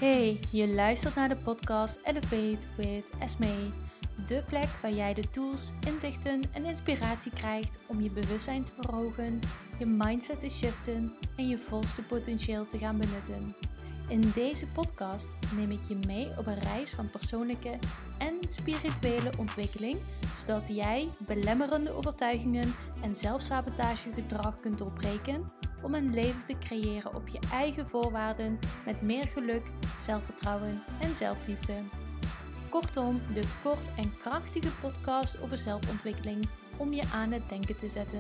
Hey, je luistert naar de podcast Elevate with Esme. De plek waar jij de tools, inzichten en inspiratie krijgt om je bewustzijn te verhogen, je mindset te shiften en je volste potentieel te gaan benutten. In deze podcast neem ik je mee op een reis van persoonlijke en spirituele ontwikkeling, zodat jij belemmerende overtuigingen en zelfsabotagegedrag kunt doorbreken om een leven te creëren op je eigen voorwaarden met meer geluk, zelfvertrouwen en zelfliefde. Kortom, de kort en krachtige podcast over zelfontwikkeling om je aan het denken te zetten.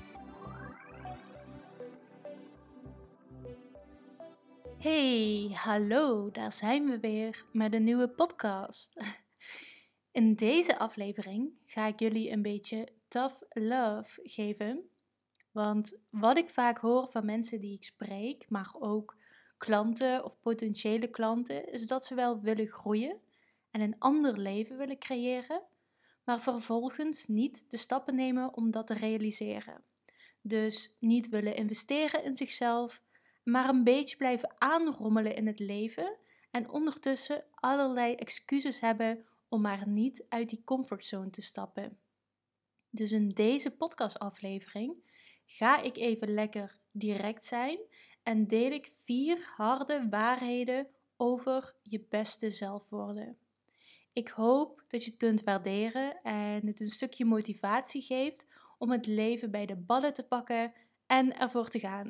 Hey, hallo, daar zijn we weer met een nieuwe podcast. In deze aflevering ga ik jullie een beetje tough love geven. Want wat ik vaak hoor van mensen die ik spreek, maar ook klanten of potentiële klanten, is dat ze wel willen groeien en een ander leven willen creëren, maar vervolgens niet de stappen nemen om dat te realiseren. Dus niet willen investeren in zichzelf, maar een beetje blijven aanrommelen in het leven en ondertussen allerlei excuses hebben om maar niet uit die comfortzone te stappen. Dus in deze podcastaflevering ga ik even lekker direct zijn en deel ik 4 harde waarheden over je beste zelf worden. Ik hoop dat je het kunt waarderen en het een stukje motivatie geeft om het leven bij de ballen te pakken en ervoor te gaan.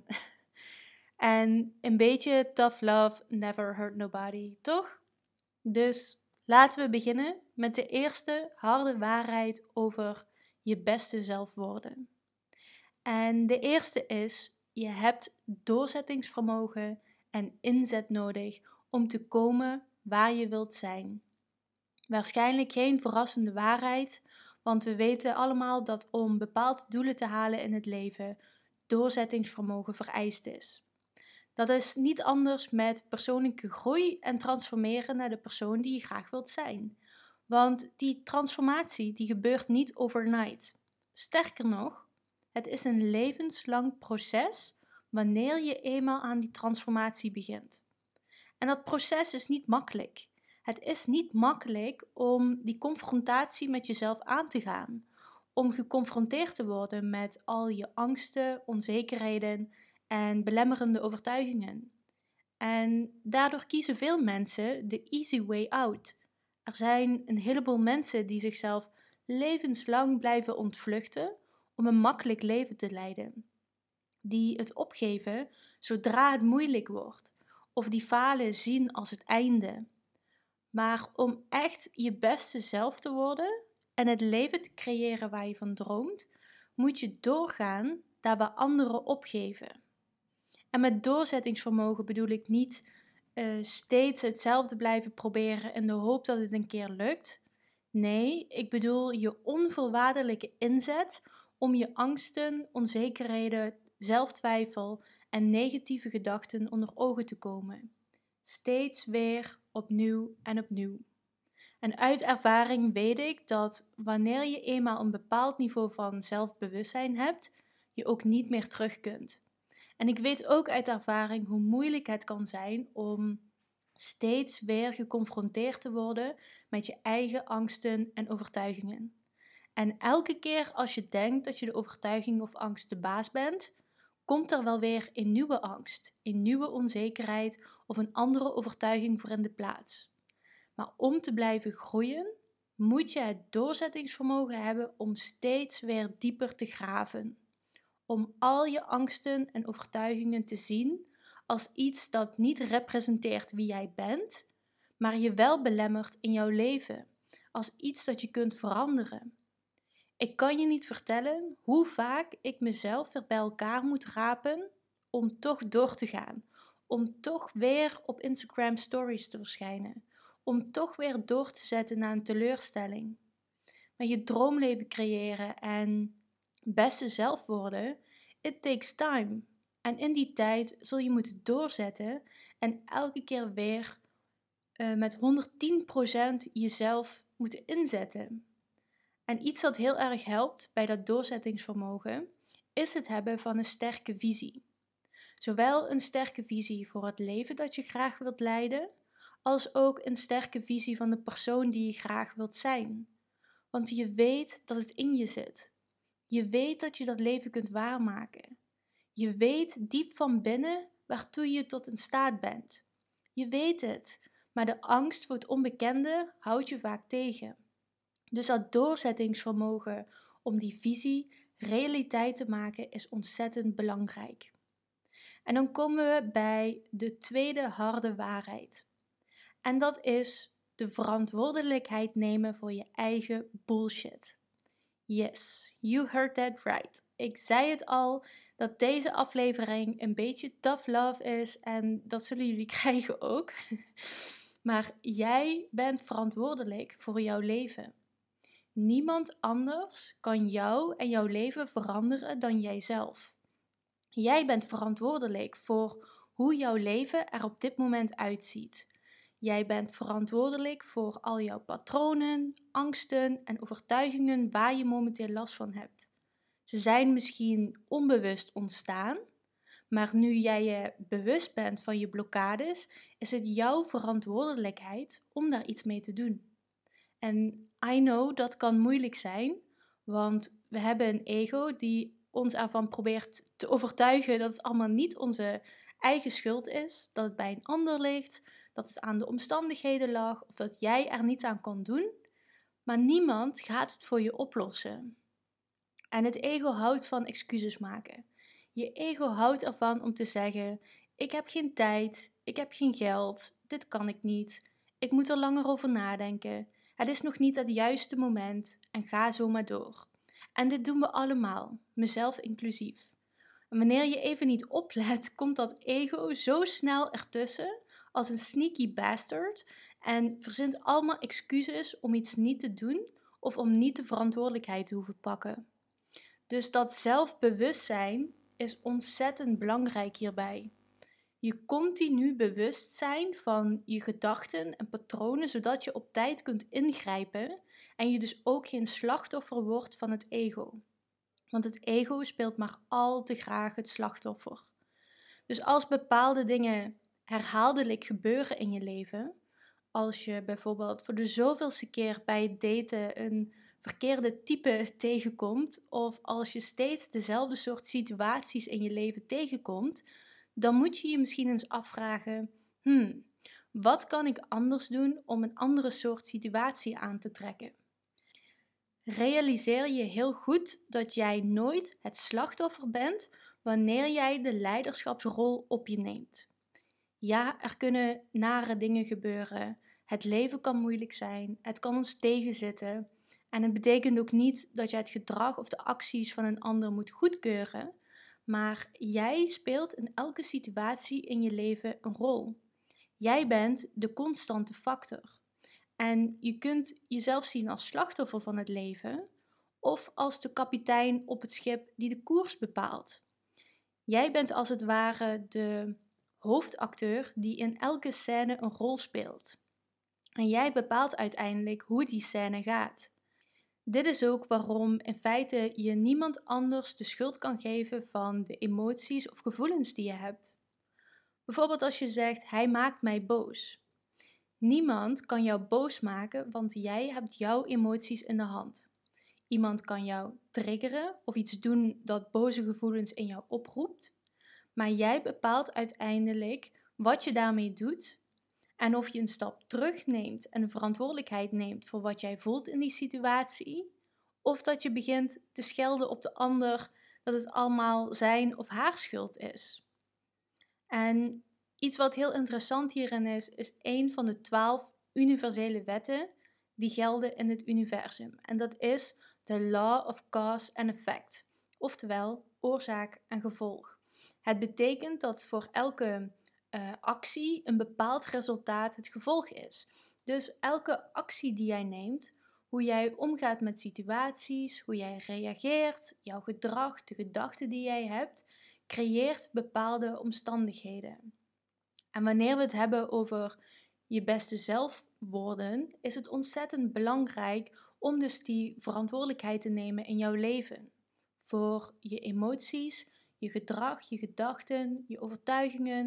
En een beetje tough love never hurt nobody, toch? Dus laten we beginnen met de eerste harde waarheid over je beste zelf worden. En de eerste is, je hebt doorzettingsvermogen en inzet nodig om te komen waar je wilt zijn. Waarschijnlijk geen verrassende waarheid, want we weten allemaal dat om bepaalde doelen te halen in het leven doorzettingsvermogen vereist is. Dat is niet anders met persoonlijke groei en transformeren naar de persoon die je graag wilt zijn. Want die transformatie die gebeurt niet overnight. Sterker nog, het is een levenslang proces wanneer je eenmaal aan die transformatie begint. En dat proces is niet makkelijk. Het is niet makkelijk om die confrontatie met jezelf aan te gaan. Om geconfronteerd te worden met al je angsten, onzekerheden en belemmerende overtuigingen. En daardoor kiezen veel mensen de easy way out. Er zijn een heleboel mensen die zichzelf levenslang blijven ontvluchten om een makkelijk leven te leiden. Die het opgeven zodra het moeilijk wordt, of die falen zien als het einde. Maar om echt je beste zelf te worden en het leven te creëren waar je van droomt, moet je doorgaan daar waar anderen opgeven. En met doorzettingsvermogen bedoel ik niet steeds hetzelfde blijven proberen in de hoop dat het een keer lukt. Nee, ik bedoel je onvoorwaardelijke inzet om je angsten, onzekerheden, zelftwijfel en negatieve gedachten onder ogen te komen. Steeds weer opnieuw en opnieuw. En uit ervaring weet ik dat wanneer je eenmaal een bepaald niveau van zelfbewustzijn hebt, je ook niet meer terug kunt. En ik weet ook uit ervaring hoe moeilijk het kan zijn om steeds weer geconfronteerd te worden met je eigen angsten en overtuigingen. En elke keer als je denkt dat je de overtuiging of angst de baas bent, komt er wel weer een nieuwe angst, een nieuwe onzekerheid of een andere overtuiging voor in de plaats. Maar om te blijven groeien, moet je het doorzettingsvermogen hebben om steeds weer dieper te graven. Om al je angsten en overtuigingen te zien als iets dat niet representeert wie jij bent, maar je wel belemmert in jouw leven, als iets dat je kunt veranderen. Ik kan je niet vertellen hoe vaak ik mezelf weer bij elkaar moet rapen om toch door te gaan, om toch weer op Instagram stories te verschijnen, om toch weer door te zetten na een teleurstelling. Maar je droomleven creëren en beste zelf worden, it takes time. En in die tijd zul je moeten doorzetten en elke keer weer met 110% jezelf moeten inzetten. En iets dat heel erg helpt bij dat doorzettingsvermogen is het hebben van een sterke visie. Zowel een sterke visie voor het leven dat je graag wilt leiden, als ook een sterke visie van de persoon die je graag wilt zijn. Want je weet dat het in je zit. Je weet dat je dat leven kunt waarmaken. Je weet diep van binnen waartoe je tot in staat bent. Je weet het, maar de angst voor het onbekende houdt je vaak tegen. Dus dat doorzettingsvermogen om die visie realiteit te maken is ontzettend belangrijk. En dan komen we bij de tweede harde waarheid. En dat is de verantwoordelijkheid nemen voor je eigen bullshit. Yes, you heard that right. Ik zei het al, dat deze aflevering een beetje tough love is en dat zullen jullie krijgen ook. Maar jij bent verantwoordelijk voor jouw leven. Niemand anders kan jou en jouw leven veranderen dan jijzelf. Jij bent verantwoordelijk voor hoe jouw leven er op dit moment uitziet. Jij bent verantwoordelijk voor al jouw patronen, angsten en overtuigingen waar je momenteel last van hebt. Ze zijn misschien onbewust ontstaan, maar nu jij je bewust bent van je blokkades, is het jouw verantwoordelijkheid om daar iets mee te doen. En I know dat kan moeilijk zijn, want we hebben een ego die ons ervan probeert te overtuigen dat het allemaal niet onze eigen schuld is, dat het bij een ander ligt, dat het aan de omstandigheden lag of dat jij er niets aan kon doen, maar niemand gaat het voor je oplossen. En het ego houdt van excuses maken. Je ego houdt ervan om te zeggen: ik heb geen tijd, ik heb geen geld, dit kan ik niet, ik moet er langer over nadenken, het is nog niet het juiste moment en ga zo maar door. En dit doen we allemaal, mezelf inclusief. En wanneer je even niet oplet, komt dat ego zo snel ertussen als een sneaky bastard en verzint allemaal excuses om iets niet te doen of om niet de verantwoordelijkheid te hoeven pakken. Dus dat zelfbewustzijn is ontzettend belangrijk hierbij. Je continu bewust zijn van je gedachten en patronen, zodat je op tijd kunt ingrijpen en je dus ook geen slachtoffer wordt van het ego. Want het ego speelt maar al te graag het slachtoffer. Dus als bepaalde dingen herhaaldelijk gebeuren in je leven, als je bijvoorbeeld voor de zoveelste keer bij het daten een verkeerde type tegenkomt, of als je steeds dezelfde soort situaties in je leven tegenkomt, dan moet je je misschien eens afvragen: wat kan ik anders doen om een andere soort situatie aan te trekken? Realiseer je heel goed dat jij nooit het slachtoffer bent wanneer jij de leiderschapsrol op je neemt. Ja, er kunnen nare dingen gebeuren. Het leven kan moeilijk zijn. Het kan ons tegenzitten. En het betekent ook niet dat je het gedrag of de acties van een ander moet goedkeuren. Maar jij speelt in elke situatie in je leven een rol. Jij bent de constante factor. En je kunt jezelf zien als slachtoffer van het leven of als de kapitein op het schip die de koers bepaalt. Jij bent als het ware de hoofdacteur die in elke scène een rol speelt. En jij bepaalt uiteindelijk hoe die scène gaat. Dit is ook waarom in feite je niemand anders de schuld kan geven van de emoties of gevoelens die je hebt. Bijvoorbeeld als je zegt: hij maakt mij boos. Niemand kan jou boos maken, want jij hebt jouw emoties in de hand. Iemand kan jou triggeren of iets doen dat boze gevoelens in jou oproept, maar jij bepaalt uiteindelijk wat je daarmee doet en of je een stap terugneemt en de verantwoordelijkheid neemt voor wat jij voelt in die situatie, of dat je begint te schelden op de ander dat het allemaal zijn of haar schuld is. En iets wat heel interessant hierin is een van de 12 universele wetten die gelden in het universum. En dat is de Law of Cause and Effect, oftewel oorzaak en gevolg. Het betekent dat voor elke actie een bepaald resultaat het gevolg is. Dus elke actie die jij neemt, hoe jij omgaat met situaties, hoe jij reageert, jouw gedrag, de gedachten die jij hebt, creëert bepaalde omstandigheden. En wanneer we het hebben over je beste zelf worden, is het ontzettend belangrijk om dus die verantwoordelijkheid te nemen in jouw leven. Voor je emoties, je gedrag, je gedachten, je overtuigingen,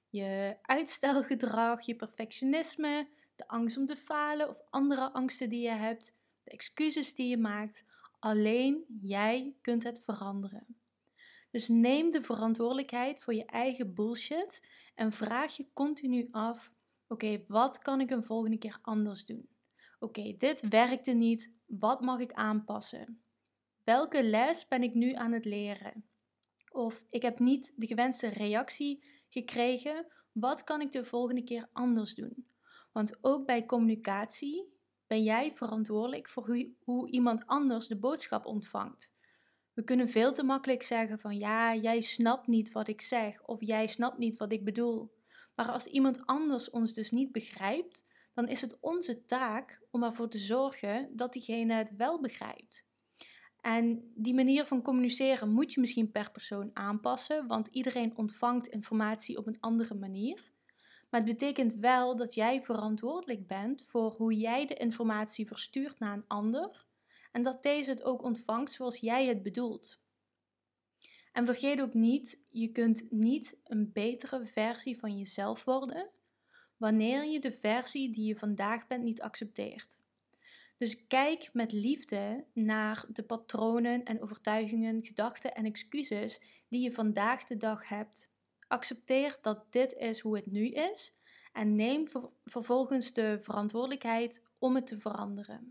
je uitstelgedrag, je perfectionisme, de angst om te falen of andere angsten die je hebt, de excuses die je maakt. Alleen jij kunt het veranderen. Dus neem de verantwoordelijkheid voor je eigen bullshit en vraag je continu af: oké, wat kan ik een volgende keer anders doen? Oké, dit werkte niet, wat mag ik aanpassen? Welke les ben ik nu aan het leren? Of ik heb niet de gewenste reactie gekregen, wat kan ik de volgende keer anders doen? Want ook bij communicatie ben jij verantwoordelijk voor hoe iemand anders de boodschap ontvangt. We kunnen veel te makkelijk zeggen van ja, jij snapt niet wat ik zeg of jij snapt niet wat ik bedoel. Maar als iemand anders ons dus niet begrijpt, dan is het onze taak om ervoor te zorgen dat diegene het wel begrijpt. En die manier van communiceren moet je misschien per persoon aanpassen, want iedereen ontvangt informatie op een andere manier. Maar het betekent wel dat jij verantwoordelijk bent voor hoe jij de informatie verstuurt naar een ander en dat deze het ook ontvangt zoals jij het bedoelt. En vergeet ook niet, je kunt niet een betere versie van jezelf worden wanneer je de versie die je vandaag bent niet accepteert. Dus kijk met liefde naar de patronen en overtuigingen, gedachten en excuses die je vandaag de dag hebt. Accepteer dat dit is hoe het nu is en neem vervolgens de verantwoordelijkheid om het te veranderen.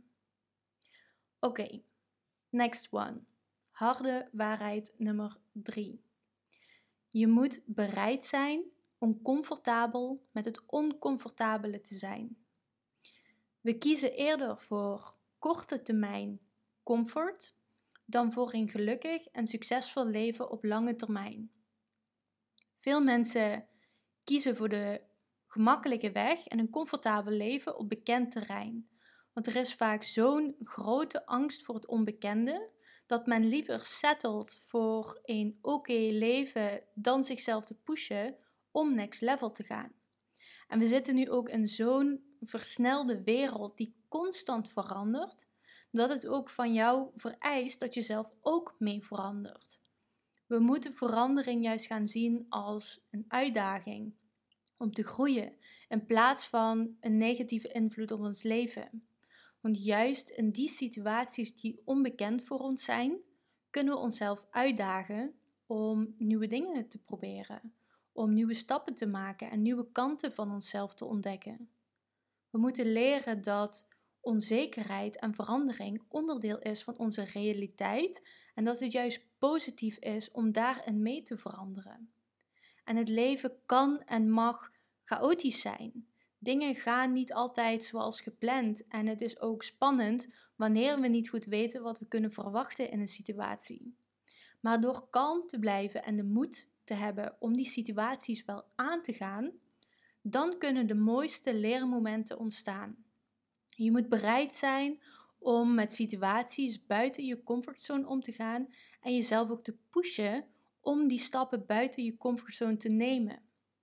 Oké, next one. Harde waarheid nummer 3. Je moet bereid zijn om comfortabel met het oncomfortabele te zijn. We kiezen eerder voor korte termijn comfort dan voor een gelukkig en succesvol leven op lange termijn. Veel mensen kiezen voor de gemakkelijke weg en een comfortabel leven op bekend terrein. Want er is vaak zo'n grote angst voor het onbekende dat men liever settelt voor een oké leven dan zichzelf te pushen om next level te gaan. En we zitten nu ook in zo'n versnelde wereld die constant verandert, dat het ook van jou vereist dat je zelf ook mee verandert. We moeten verandering juist gaan zien als een uitdaging om te groeien in plaats van een negatieve invloed op ons leven. Want juist in die situaties die onbekend voor ons zijn, kunnen we onszelf uitdagen om nieuwe dingen te proberen, om nieuwe stappen te maken en nieuwe kanten van onszelf te ontdekken. We moeten leren dat onzekerheid en verandering onderdeel is van onze realiteit en dat het juist positief is om daarin mee te veranderen. En het leven kan en mag chaotisch zijn. Dingen gaan niet altijd zoals gepland en het is ook spannend wanneer we niet goed weten wat we kunnen verwachten in een situatie. Maar door kalm te blijven en de moed te hebben om die situaties wel aan te gaan, dan kunnen de mooiste leermomenten ontstaan. Je moet bereid zijn om met situaties buiten je comfortzone om te gaan en jezelf ook te pushen om die stappen buiten je comfortzone te nemen.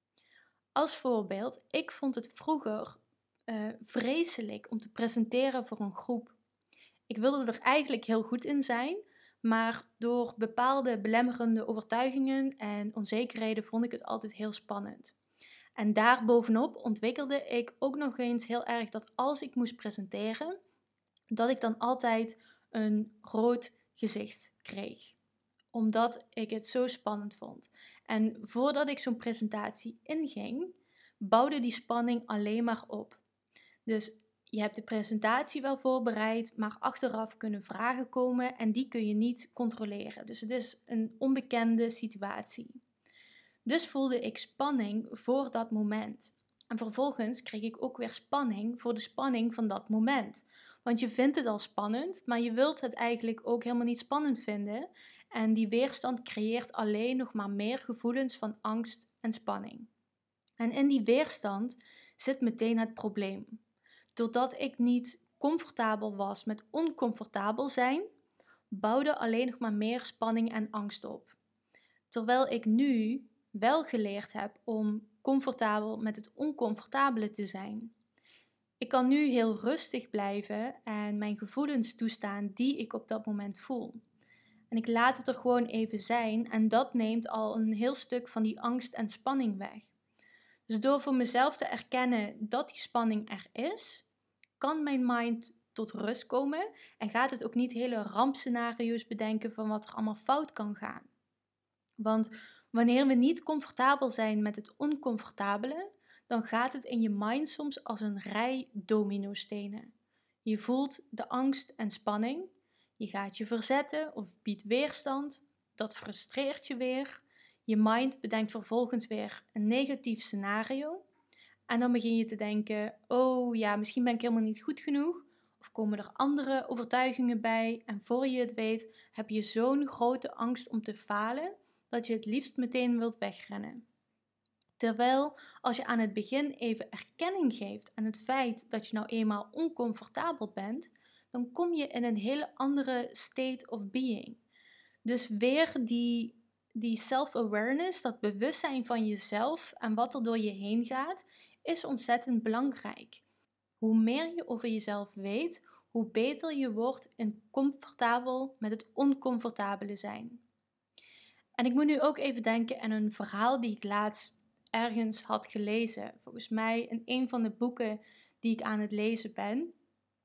Als voorbeeld, ik vond het vroeger vreselijk om te presenteren voor een groep. Ik wilde er eigenlijk heel goed in zijn, maar door bepaalde belemmerende overtuigingen en onzekerheden vond ik het altijd heel spannend. En daarbovenop ontwikkelde ik ook nog eens heel erg dat als ik moest presenteren, dat ik dan altijd een rood gezicht kreeg. Omdat ik het zo spannend vond. En voordat ik zo'n presentatie inging, bouwde die spanning alleen maar op. Dus je hebt de presentatie wel voorbereid, maar achteraf kunnen vragen komen en die kun je niet controleren. Dus het is een onbekende situatie. Dus voelde ik spanning voor dat moment. En vervolgens kreeg ik ook weer spanning voor de spanning van dat moment. Want je vindt het al spannend, maar je wilt het eigenlijk ook helemaal niet spannend vinden. En die weerstand creëert alleen nog maar meer gevoelens van angst en spanning. En in die weerstand zit meteen het probleem. Doordat ik niet comfortabel was met oncomfortabel zijn, bouwde alleen nog maar meer spanning en angst op. Terwijl ik nu wel geleerd heb om comfortabel met het oncomfortabele te zijn. Ik kan nu heel rustig blijven en mijn gevoelens toestaan die ik op dat moment voel. En ik laat het er gewoon even zijn en dat neemt al een heel stuk van die angst en spanning weg. Dus door voor mezelf te erkennen dat die spanning er is, kan mijn mind tot rust komen en gaat het ook niet hele rampscenario's bedenken van wat er allemaal fout kan gaan. Want wanneer we niet comfortabel zijn met het oncomfortabele, dan gaat het in je mind soms als een rij dominostenen. Je voelt de angst en spanning, je gaat je verzetten of biedt weerstand, dat frustreert je weer. Je mind bedenkt vervolgens weer een negatief scenario en dan begin je te denken, oh ja, misschien ben ik helemaal niet goed genoeg. Of komen er andere overtuigingen bij en voor je het weet heb je zo'n grote angst om te falen dat je het liefst meteen wilt wegrennen. Terwijl als je aan het begin even erkenning geeft aan het feit dat je nou eenmaal oncomfortabel bent, dan kom je in een hele andere state of being. Dus weer die self-awareness, dat bewustzijn van jezelf en wat er door je heen gaat, is ontzettend belangrijk. Hoe meer je over jezelf weet, hoe beter je wordt in comfortabel met het oncomfortabele zijn. En ik moet nu ook even denken aan een verhaal die ik laatst ergens had gelezen. Volgens mij in een van de boeken die ik aan het lezen ben.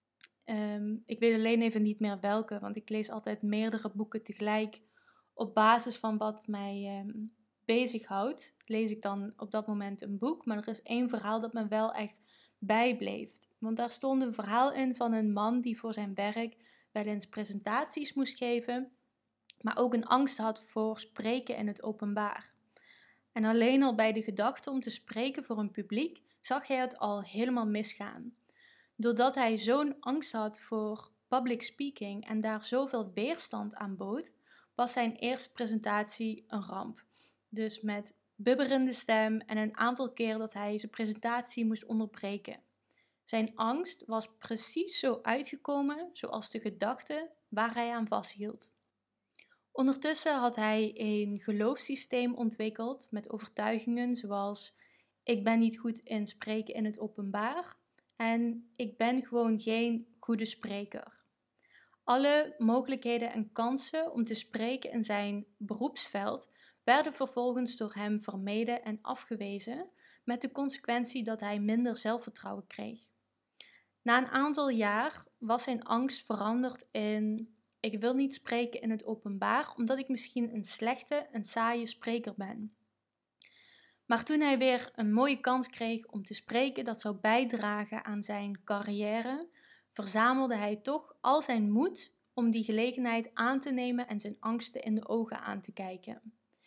Ik weet alleen even niet meer welke, want ik lees altijd meerdere boeken tegelijk. Op basis van wat mij bezighoudt, lees ik dan op dat moment een boek. Maar er is één verhaal dat me wel echt bijbleef. Want daar stond een verhaal in van een man die voor zijn werk wel eens presentaties moest geven, maar ook een angst had voor spreken in het openbaar. En alleen al bij de gedachte om te spreken voor een publiek zag hij het al helemaal misgaan. Doordat hij zo'n angst had voor public speaking en daar zoveel weerstand aan bood, was zijn eerste presentatie een ramp. Dus met bibberende stem en een aantal keer dat hij zijn presentatie moest onderbreken. Zijn angst was precies zo uitgekomen zoals de gedachte waar hij aan vasthield. Ondertussen had hij een geloofssysteem ontwikkeld met overtuigingen zoals: ik ben niet goed in spreken in het openbaar en ik ben gewoon geen goede spreker. Alle mogelijkheden en kansen om te spreken in zijn beroepsveld werden vervolgens door hem vermeden en afgewezen, met de consequentie dat hij minder zelfvertrouwen kreeg. Na een aantal jaar was zijn angst veranderd in: ik wil niet spreken in het openbaar, omdat ik misschien een slechte en saaie spreker ben. Maar toen hij weer een mooie kans kreeg om te spreken dat zou bijdragen aan zijn carrière, verzamelde hij toch al zijn moed om die gelegenheid aan te nemen en zijn angsten in de ogen aan te kijken.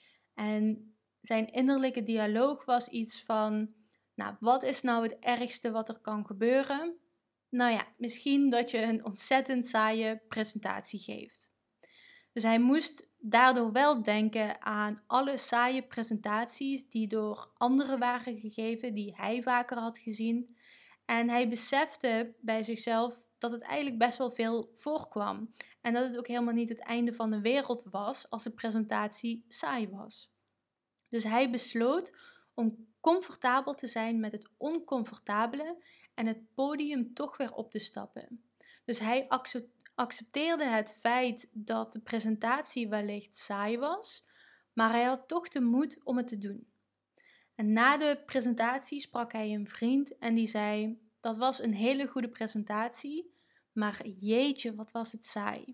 En zijn innerlijke dialoog was iets van: nou, wat is nou het ergste wat er kan gebeuren? Nou ja, misschien dat je een ontzettend saaie presentatie geeft. Dus hij moest daardoor wel denken aan alle saaie presentaties die door anderen waren gegeven, die hij vaker had gezien. En hij besefte bij zichzelf dat het eigenlijk best wel veel voorkwam. En dat het ook helemaal niet het einde van de wereld was als de presentatie saai was. Dus hij besloot om comfortabel te zijn met het oncomfortabele en het podium toch weer op te stappen. Dus hij accepteerde het feit dat de presentatie wellicht saai was, maar hij had toch de moed om het te doen. En na de presentatie sprak hij een vriend en die zei: dat was een hele goede presentatie, maar jeetje, wat was het saai.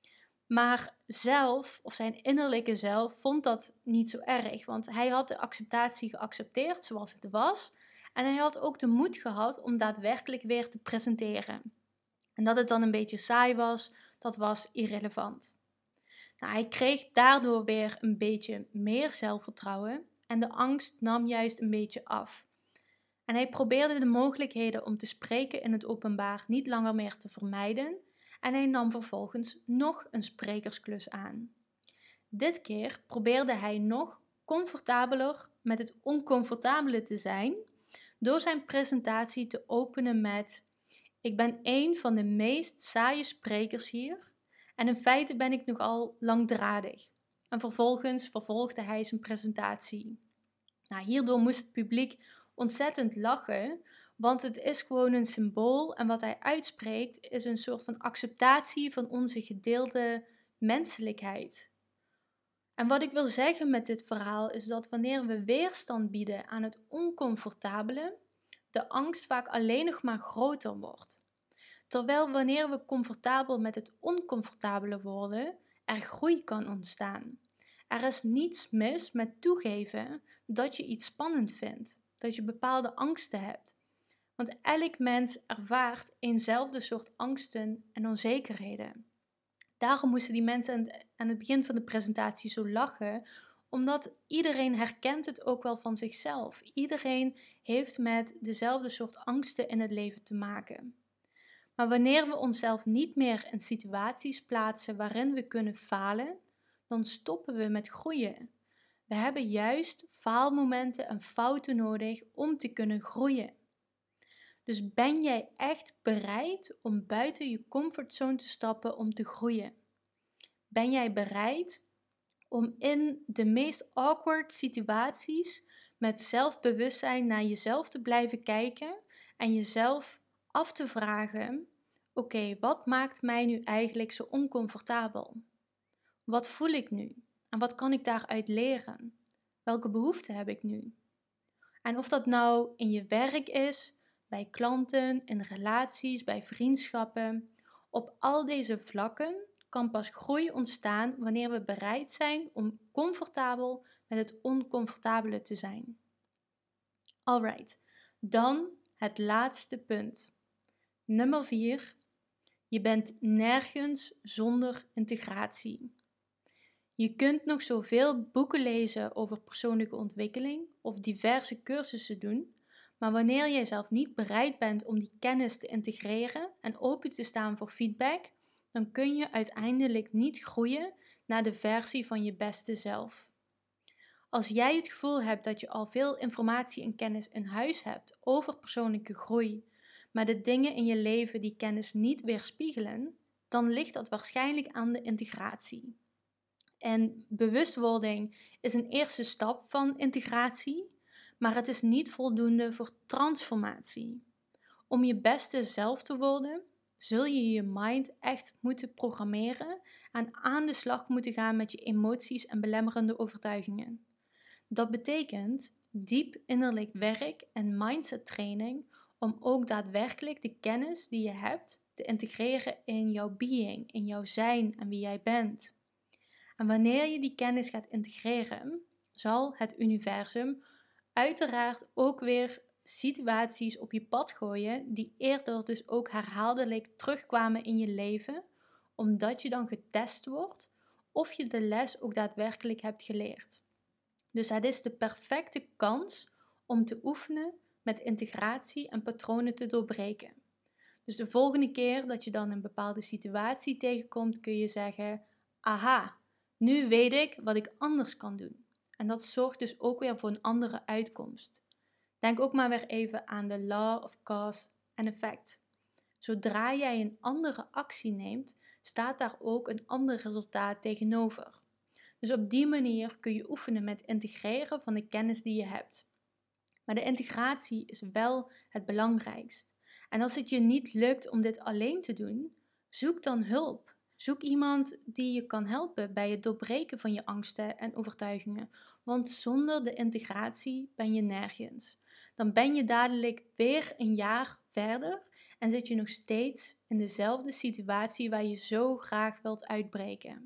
Maar zelf, of zijn innerlijke zelf, vond dat niet zo erg, want hij had de acceptatie geaccepteerd zoals het was en hij had ook de moed gehad om daadwerkelijk weer te presenteren. En dat het dan een beetje saai was, dat was irrelevant. Nou, hij kreeg daardoor weer een beetje meer zelfvertrouwen en de angst nam juist een beetje af. En hij probeerde de mogelijkheden om te spreken in het openbaar niet langer meer te vermijden en hij nam vervolgens nog een sprekersklus aan. Dit keer probeerde hij nog comfortabeler met het oncomfortabele te zijn door zijn presentatie te openen met: ik ben een van de meest saaie sprekers hier en in feite ben ik nogal langdradig. En vervolgens vervolgde hij zijn presentatie. Nou, hierdoor moest het publiek ontzettend lachen, want het is gewoon een symbool en wat hij uitspreekt is een soort van acceptatie van onze gedeelde menselijkheid. En wat ik wil zeggen met dit verhaal is dat wanneer we weerstand bieden aan het oncomfortabele, de angst vaak alleen nog maar groter wordt. Terwijl wanneer we comfortabel met het oncomfortabele worden, er groei kan ontstaan. Er is niets mis met toegeven dat je iets spannend vindt, dat je bepaalde angsten hebt. Want elk mens ervaart eenzelfde soort angsten en onzekerheden. Daarom moesten die mensen aan het begin van de presentatie zo lachen, omdat iedereen herkent het ook wel van zichzelf. Iedereen heeft met dezelfde soort angsten in het leven te maken. Maar wanneer we onszelf niet meer in situaties plaatsen waarin we kunnen falen, dan stoppen we met groeien. We hebben juist faalmomenten en fouten nodig om te kunnen groeien. Dus ben jij echt bereid om buiten je comfortzone te stappen om te groeien? Ben jij bereid om in de meest awkward situaties met zelfbewustzijn naar jezelf te blijven kijken en jezelf af te vragen: oké, wat maakt mij nu eigenlijk zo oncomfortabel? Wat voel ik nu? En wat kan ik daaruit leren? Welke behoeften heb ik nu? En of dat nou in je werk is, bij klanten, in relaties, bij vriendschappen, op al deze vlakken kan pas groei ontstaan wanneer we bereid zijn om comfortabel met het oncomfortabele te zijn. Alright, dan het laatste punt. Nummer 4. Je bent nergens zonder integratie. Je kunt nog zoveel boeken lezen over persoonlijke ontwikkeling of diverse cursussen doen, maar wanneer jij zelf niet bereid bent om die kennis te integreren en open te staan voor feedback, dan kun je uiteindelijk niet groeien naar de versie van je beste zelf. Als jij het gevoel hebt dat je al veel informatie en kennis in huis hebt over persoonlijke groei, maar de dingen in je leven die kennis niet weerspiegelen, dan ligt dat waarschijnlijk aan de integratie. En bewustwording is een eerste stap van integratie, maar het is niet voldoende voor transformatie. Om je beste zelf te worden, zul je je mind echt moeten programmeren en aan de slag moeten gaan met je emoties en belemmerende overtuigingen. Dat betekent diep innerlijk werk en mindset training om ook daadwerkelijk de kennis die je hebt te integreren in jouw being, in jouw zijn en wie jij bent. En wanneer je die kennis gaat integreren, zal het universum uiteraard ook weer situaties op je pad gooien die eerder dus ook herhaaldelijk terugkwamen in je leven, omdat je dan getest wordt of je de les ook daadwerkelijk hebt geleerd. Dus het is de perfecte kans om te oefenen met integratie en patronen te doorbreken. Dus de volgende keer dat je dan een bepaalde situatie tegenkomt, kun je zeggen: aha, nu weet ik wat ik anders kan doen. En dat zorgt dus ook weer voor een andere uitkomst. Denk ook maar weer even aan de law of cause and effect. Zodra jij een andere actie neemt, staat daar ook een ander resultaat tegenover. Dus op die manier kun je oefenen met integreren van de kennis die je hebt. Maar de integratie is wel het belangrijkst. En als het je niet lukt om dit alleen te doen, zoek dan hulp. Zoek iemand die je kan helpen bij het doorbreken van je angsten en overtuigingen. Want zonder de integratie ben je nergens. Dan ben je dadelijk weer een jaar verder en zit je nog steeds in dezelfde situatie waar je zo graag wilt uitbreken.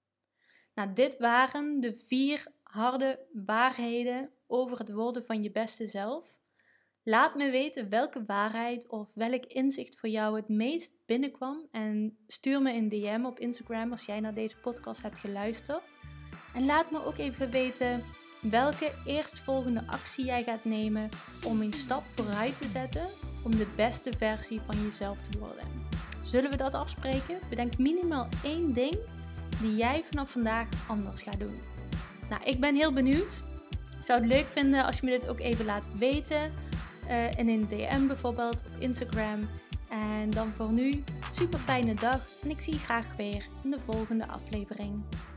Nou, dit waren de 4 harde waarheden over het worden van je beste zelf. Laat me weten welke waarheid of welk inzicht voor jou het meest binnenkwam en stuur me een DM op Instagram als jij naar deze podcast hebt geluisterd. En laat me ook even weten welke eerstvolgende actie jij gaat nemen om een stap vooruit te zetten om de beste versie van jezelf te worden. Zullen we dat afspreken? Bedenk minimaal 1 ding die jij vanaf vandaag anders gaat doen. Nou, ik ben heel benieuwd. Ik zou het leuk vinden als je me dit ook even laat weten. In een DM bijvoorbeeld op Instagram. En dan voor nu, super fijne dag. En ik zie je graag weer in de volgende aflevering.